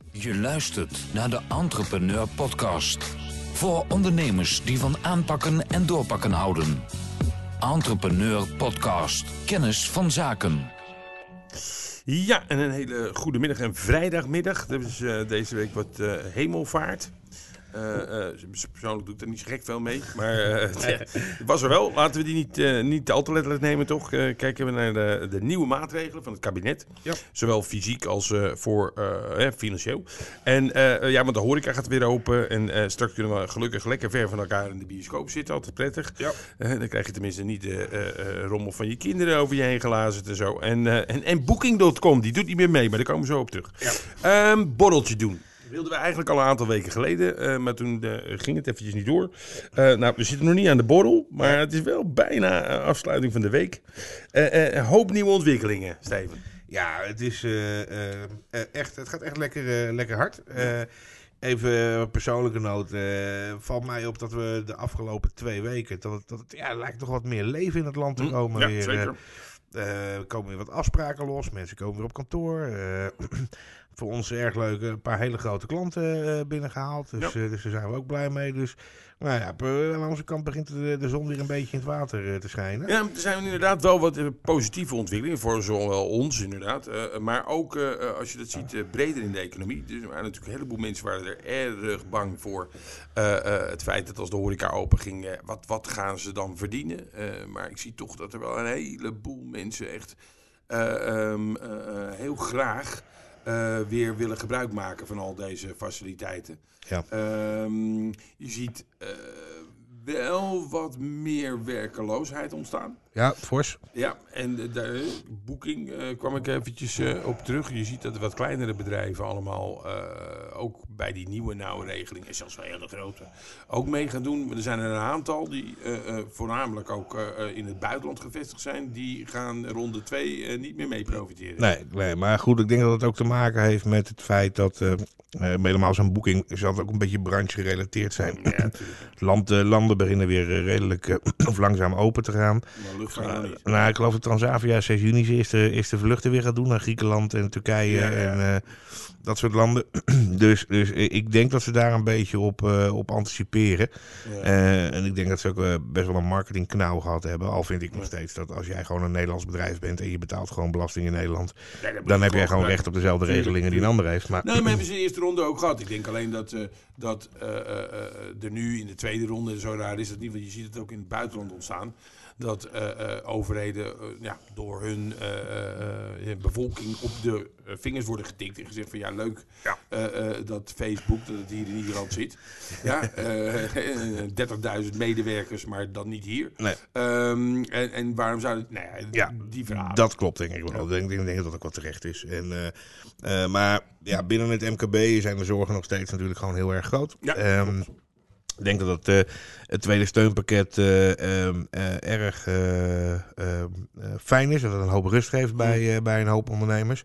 Je luistert naar de Entrepreneur Podcast. Voor ondernemers die van aanpakken en doorpakken houden. Entrepreneur Podcast. Kennis van zaken. Ja, en een hele goede middag en vrijdagmiddag. Dat is deze week wat hemelvaart. Persoonlijk doe ik er niet zo gek veel mee. Maar het was er wel. Laten we die niet al te letterlijk nemen, toch? Kijken we naar de nieuwe maatregelen van het kabinet. Ja. Zowel fysiek als voor financieel. En want de horeca gaat weer open. En straks kunnen we gelukkig lekker ver van elkaar in de bioscoop zitten. Altijd prettig. Ja. Dan krijg je tenminste niet de rommel van je kinderen over je heen gelazerd en zo. En Booking.com, die doet niet meer mee. Maar daar komen we zo op terug. Ja. Borreltje doen. Dat wilden we eigenlijk al een aantal weken geleden, maar toen ging het eventjes niet door. We zitten nog niet aan de borrel, maar het is wel bijna afsluiting van de week. Een hoop nieuwe ontwikkelingen, Steven. Ja, het is echt, het gaat echt lekker hard. Even op persoonlijke noot, valt mij op dat we de afgelopen 2 weken, dat het lijkt toch wat meer leven in het land te komen. Ja, zeker. Er komen weer wat afspraken los, mensen komen weer op kantoor. Voor ons erg leuk, een paar hele grote klanten binnengehaald. Dus daar zijn we ook blij mee. Dus aan onze kant begint de zon weer een beetje in het water te schijnen. Ja, er zijn inderdaad wel wat positieve ontwikkelingen voor zowel ons inderdaad. Maar ook als je dat ziet breder in de economie. Dus er waren natuurlijk een heleboel mensen waren er erg bang voor het feit dat als de horeca open ging, wat gaan ze dan verdienen? Maar ik zie toch dat er wel een heleboel mensen echt heel graag weer willen gebruik maken van al deze faciliteiten. Ja. Je ziet wel wat meer werkeloosheid ontstaan. Ja, fors. Ja, en de Booking kwam ik eventjes op terug. Je ziet dat er wat kleinere bedrijven allemaal ook bij die nieuwe nauwe regeling, en zelfs wel hele grote, ook mee gaan doen. Maar er zijn er een aantal die voornamelijk ook in het buitenland gevestigd zijn. Die gaan ronde 2 niet meer mee profiteren. Nee, maar goed, ik denk dat het ook te maken heeft met het feit dat helemaal zo'n Booking zal ook een beetje branche gerelateerd zijn. Ja, landen beginnen weer redelijk of langzaam open te gaan. Ik geloof dat Transavia 6 juni zijn eerste vluchten weer gaat doen naar Griekenland en Turkije en dat soort landen. Dus ik denk dat ze daar een beetje op anticiperen. Ja. En ik denk dat ze ook best wel een marketingknauw gehad hebben. Al vind ik nog steeds dat als jij gewoon een Nederlands bedrijf bent en je betaalt gewoon belasting in Nederland, dan heb jij gewoon recht op dezelfde regelingen die een ander heeft. Maar hebben ze in de eerste ronde ook gehad. Ik denk alleen dat er nu in de tweede ronde, zo raar is het niet, want je ziet het ook in het buitenland ontstaan, dat overheden door hun bevolking op de vingers worden getikt en gezegd van leuk dat Facebook, dat het hier in Nederland zit. Ja, 30.000 medewerkers, maar dan niet hier. Nee. En waarom zou het... die verhalen. Dat klopt denk ik wel. Ik denk dat dat ook wat terecht is. Maar binnen het MKB zijn de zorgen nog steeds natuurlijk gewoon heel erg groot. Ja, ik denk dat het tweede steunpakket erg fijn is. Dat het een hoop rust geeft bij een hoop ondernemers.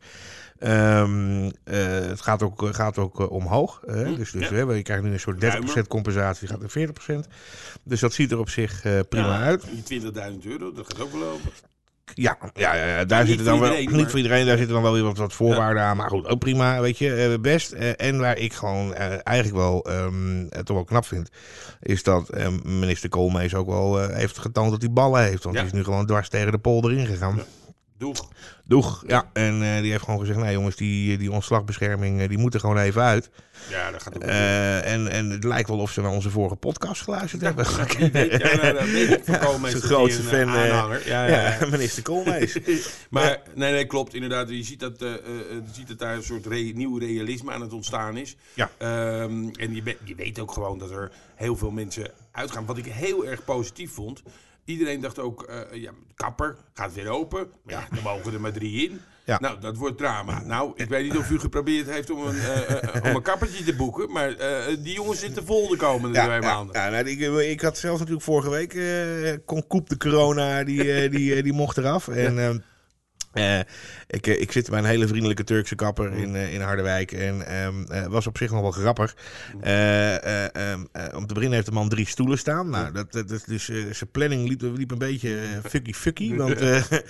Het gaat ook omhoog. Je krijgt nu een soort 30% compensatie. Gaat naar 40%. Dus dat ziet er op zich prima uit. Die €20.000, dat gaat ook wel lopen. Ja, daar zitten dan wel niet voor iedereen, daar zitten dan wel weer wat voorwaarden aan. Maar goed, ook prima, weet je, best. En waar ik gewoon eigenlijk wel toch wel knap vind, is dat minister Koolmees ook wel heeft getoond dat hij ballen heeft. Want die is nu gewoon dwars tegen de polder ingegaan. Ja. Doeg. Ja. En die heeft gewoon gezegd, nee jongens, die ontslagbescherming, die moet er gewoon even uit. Ja, dat gaat ook en het lijkt wel of ze naar onze vorige podcast geluisterd hebben. Dat weet ik van Koolmees. Zijn grootste fan. Aanhanger. Ja, minister Koolmees. Maar nee, klopt. Inderdaad, je ziet dat daar een soort nieuw realisme aan het ontstaan is. Ja. En je weet ook gewoon dat er heel veel mensen uitgaan. Wat ik heel erg positief vond. Iedereen dacht ook, kapper gaat weer open. Maar dan mogen er maar 3 in. Ja. Nou, dat wordt drama. Nou, ik weet niet of u geprobeerd heeft om een kappertje te boeken. Maar die jongens zitten vol de komende 2 maanden. Ja, ik had zelf natuurlijk vorige week Koep de corona, die mocht eraf. En ik zit bij een hele vriendelijke Turkse kapper in Harderwijk. En was op zich nog wel grappig. Om te beginnen heeft de man 3 stoelen staan. Nou, dus zijn planning liep een beetje fucky. Want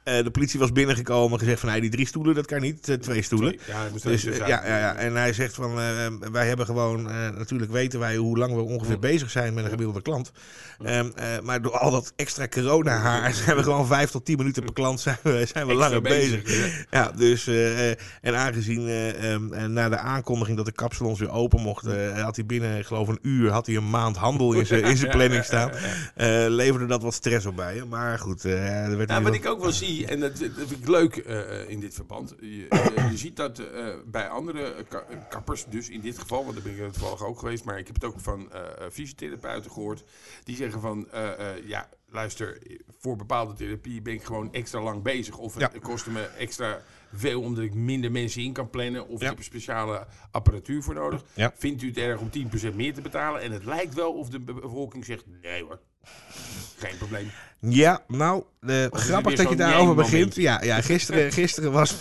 De politie was binnengekomen, gezegd van die 3 stoelen, dat kan niet, 2 stoelen. Ja, Dus, en hij zegt van, wij hebben gewoon, natuurlijk weten wij hoe lang we ongeveer bezig zijn met een gemiddelde klant. Maar door al dat extra corona-haar zijn we gewoon 5 tot 10 minuten per klant zijn we langer bezig. Ja, dus, en aangezien na de aankondiging dat de kapsalons weer open mochten, had hij binnen, geloof een uur, had hij een maand handel in zijn planning staan. Leverde dat wat stress op bij je. Maar goed, er werd wat ik ook wel zie, en dat vind ik leuk in dit verband. Je ziet dat bij andere kappers, dus in dit geval, want daar ben ik toevallig ook geweest, maar ik heb het ook van fysiotherapeuten gehoord. Die zeggen van, luister, voor bepaalde therapie ben ik gewoon extra lang bezig. Of het kostte me extra veel omdat ik minder mensen in kan plannen. Of ik heb een speciale apparatuur voor nodig. Ja. Vindt u het erg om 10% meer te betalen? En het lijkt wel of de bevolking zegt, nee hoor, geen probleem. Ja, nou, grappig dat je daarover begint. Ja, gisteren was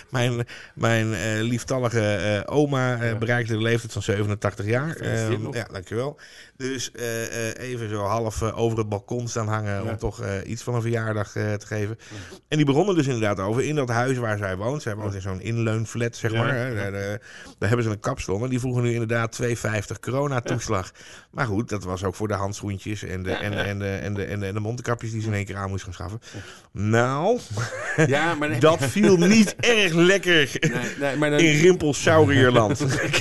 mijn lieftallige oma bereikte de leeftijd van 87 jaar. Ja, dankjewel. Dus even zo half over het balkon staan hangen om toch iets van een verjaardag te geven. En die begonnen dus inderdaad over in dat huis waar zij woont. Zij woont in zo'n inleunflat, zeg maar. Daar hebben ze een kapsalon en die vroegen nu inderdaad 2,50 coronatoeslag. Maar goed, dat was ook voor de handschoentjes en de mondkapjes die ze in één keer aan moest gaan schaffen. Nou, maar dat viel niet erg lekker in Rimpelsaurierland.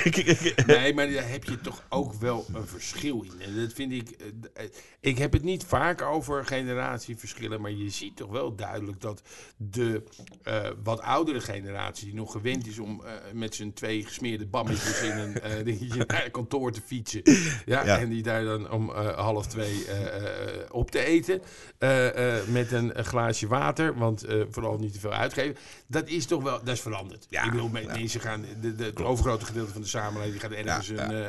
Nee, maar daar heb je toch ook wel een verschil in. En dat vind ik. Ik heb het niet vaak over generatieverschillen, maar je ziet toch wel duidelijk dat de wat oudere generatie, die nog gewend is om met z'n 2 gesmeerde bammetjes in een dingetje naar kantoor te fietsen. En die daar dan om 1:30 op te eten. Met een glaasje water, want vooral niet te veel uitgeven. Dat is toch wel, dat is veranderd. Ik bedoel, mensen gaan, het overgrote gedeelte van de samenleving gaat ergens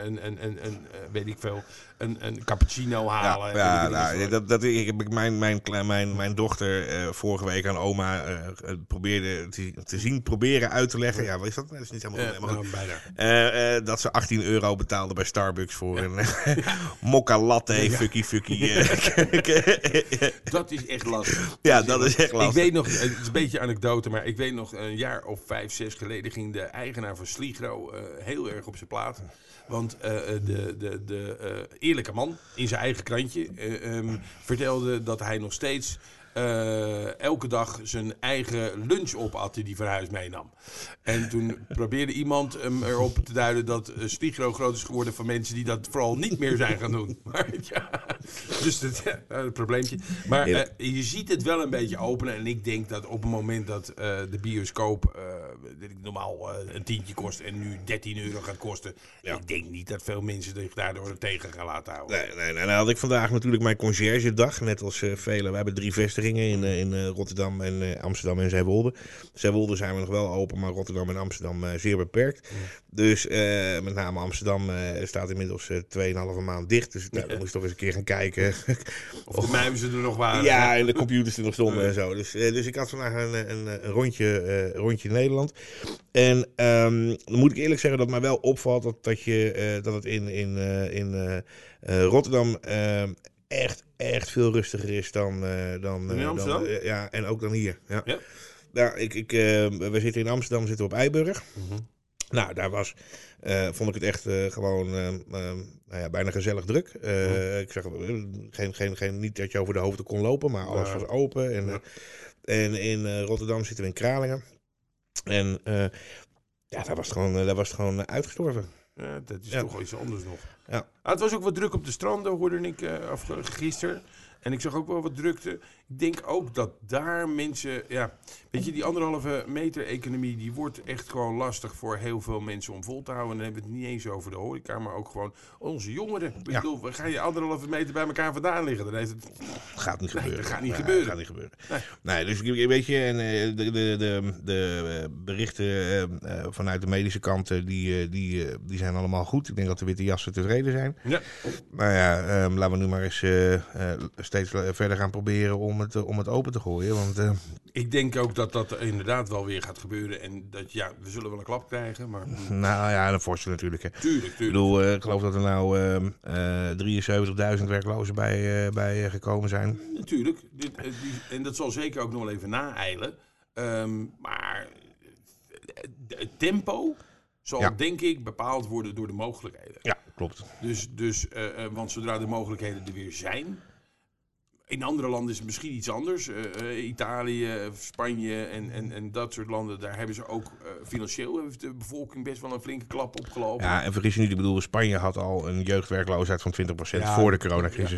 weet ik veel, een cappuccino halen. Mijn dochter vorige week aan oma probeerde proberen uit te leggen. Ja, wat is dat? Dat is niet helemaal bijna. Dat ze €18 betaalde bij Starbucks voor een mokka latte, fucky. Dat is echt lastig. Ja, dat is echt lastig. Ik weet nog, het is een beetje anekdote, maar ik weet nog een jaar of 5, 6 geleden ging de eigenaar van Sligro heel erg op zijn plaat. Want de eerlijke man in zijn eigen krantje vertelde dat hij nog steeds elke dag zijn eigen lunch opat die hij van huis meenam. En toen probeerde iemand hem erop te duiden dat Sligro groot is geworden van mensen die dat vooral niet meer zijn gaan doen. Maar dus het probleempje. Maar je ziet het wel een beetje openen. En ik denk dat op het moment dat de bioscoop normaal een tientje kost en nu €13 gaat kosten. Ja. Ik denk niet dat veel mensen zich daardoor tegen gaan laten houden. Nee. Nou had ik vandaag natuurlijk mijn conciërgedag. Net als velen. We hebben 3 vestigingen in Rotterdam en Amsterdam en Zeewolde. Zeewolde zijn we nog wel open, maar Rotterdam en Amsterdam zeer beperkt. Dus met name Amsterdam staat inmiddels 2,5 maand dicht. Dus daar moest ik toch eens een keer gaan kijken. Of de muizen er nog waren. Ja, en de computers er nog stonden en zo. Dus ik had vandaag een rondje in Nederland. En dan moet ik eerlijk zeggen dat mij wel opvalt dat het in Rotterdam echt veel rustiger is dan in Amsterdam? En ook dan hier. Ja. Nou, we zitten in Amsterdam, zitten op Eiburg. Nou, daar vond ik het echt gewoon bijna gezellig druk. Ik zag niet dat je over de hoofden kon lopen, maar alles was open. En in Rotterdam zitten we in Kralingen. En daar was het gewoon uitgestorven. Ja, dat is toch wel iets anders nog. Ja. Het was ook wat druk op de stranden, hoorde ik gisteren. En ik zag ook wel wat drukte. Ik denk ook dat daar mensen... Ja, weet je, die 1,5 meter economie... die wordt echt gewoon lastig voor heel veel mensen om vol te houden. En dan hebben we het niet eens over de horeca... maar ook gewoon onze jongeren. Ik bedoel, ga je 1,5 meter bij elkaar vandaan liggen? Dan heeft het... Gaat niet gebeuren. Dat gaat niet gebeuren. Gaat niet gebeuren. Nee, dus weet je... En de berichten vanuit de medische kant... die zijn allemaal goed. Ik denk dat de witte jassen tevreden zijn. Ja. Nou ja, laten we nu maar eens steeds verder gaan proberen om het open te gooien. Want, Ik denk ook dat dat inderdaad wel weer gaat gebeuren. En dat we zullen wel een klap krijgen. Maar... Nou ja, een forse natuurlijk. Hè. Tuurlijk. Ik bedoel, ik geloof dat er nou 73.000 werklozen bij gekomen zijn. Natuurlijk. En dat zal zeker ook nog wel even naeilen. Maar het tempo zal denk ik bepaald worden door de mogelijkheden. Ja, klopt. Want zodra de mogelijkheden er weer zijn... In andere landen is het misschien iets anders. Italië, Spanje en dat soort landen, daar hebben ze ook financieel heeft de bevolking best wel een flinke klap opgelopen. Ja, en vergis je niet, ik bedoel, Spanje had al een jeugdwerkloosheid van 20% voor de coronacrisis.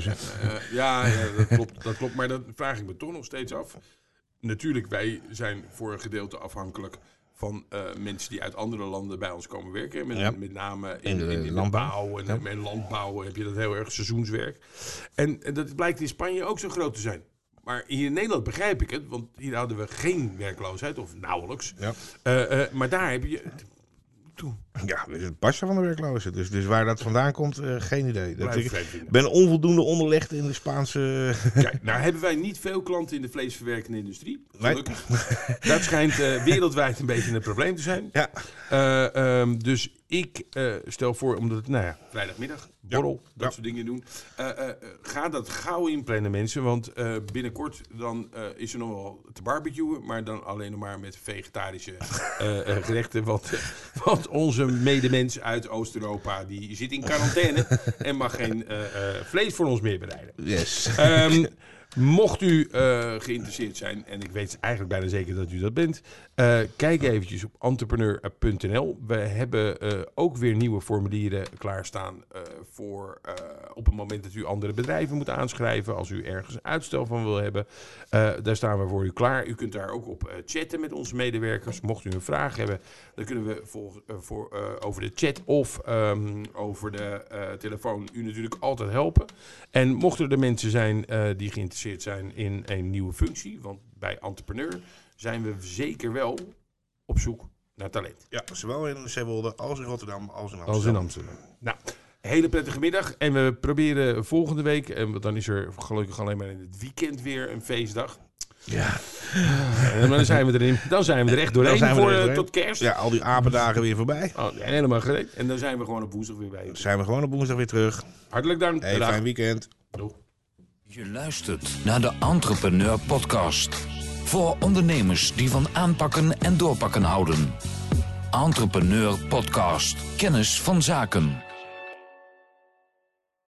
Dat klopt. Maar dat vraag ik me toch nog steeds af. Natuurlijk, wij zijn voor een gedeelte afhankelijk van mensen die uit andere landen bij ons komen werken. Met name in de landbouw en landbouw heb je dat heel erg seizoenswerk. En dat blijkt in Spanje ook zo groot te zijn. Maar hier in Nederland begrijp ik het, want hier hadden we geen werkloosheid, of nauwelijks. Ja. Maar daar heb je... Ja, het barsten van de werklozen. Dus waar dat vandaan komt, geen idee. Ik ben onvoldoende onderlegd in de Spaanse... Kijk, nou hebben wij niet veel klanten in de vleesverwerkende industrie. Gelukkig. Nee. Dat schijnt wereldwijd een beetje een probleem te zijn. Ja. Dus ik stel voor, omdat het, vrijdagmiddag, borrel, dat soort dingen doen. Ga dat gauw inplannen, mensen. Want binnenkort dan is er nog wel te barbecuen. Maar dan alleen nog maar met vegetarische gerechten. Want onze medemens uit Oost-Europa, die zit in quarantaine en mag geen vlees voor ons meer bereiden. Yes. Mocht u geïnteresseerd zijn, en ik weet eigenlijk bijna zeker dat u dat bent, kijk eventjes op entrepreneur.nl. We hebben ook weer nieuwe formulieren klaarstaan voor op het moment dat u andere bedrijven moet aanschrijven. Als u ergens een uitstel van wil hebben, daar staan we voor u klaar. U kunt daar ook op chatten met onze medewerkers. Mocht u een vraag hebben, dan kunnen we over de chat of over de telefoon u natuurlijk altijd helpen. En mochten er mensen zijn die geïnteresseerd zijn in een nieuwe functie, want bij Entrepreneur zijn we zeker wel op zoek naar talent. Ja, zowel in Zeewolde als in Rotterdam als in Amsterdam. Nou, hele prettige middag en we proberen volgende week, en dan is er gelukkig alleen maar in het weekend weer een feestdag. Ja. En dan zijn we erin. Dan zijn we er echt doorheen tot kerst. Ja, al die apendagen weer voorbij. Helemaal gereed. En dan zijn we gewoon op woensdag weer bij. Dan zijn we gewoon op woensdag weer terug. Hartelijk dank. Fijn weekend. Doeg. Je luistert naar de Entrepreneur Podcast. Voor ondernemers die van aanpakken en doorpakken houden. Entrepreneur Podcast. Kennis van zaken.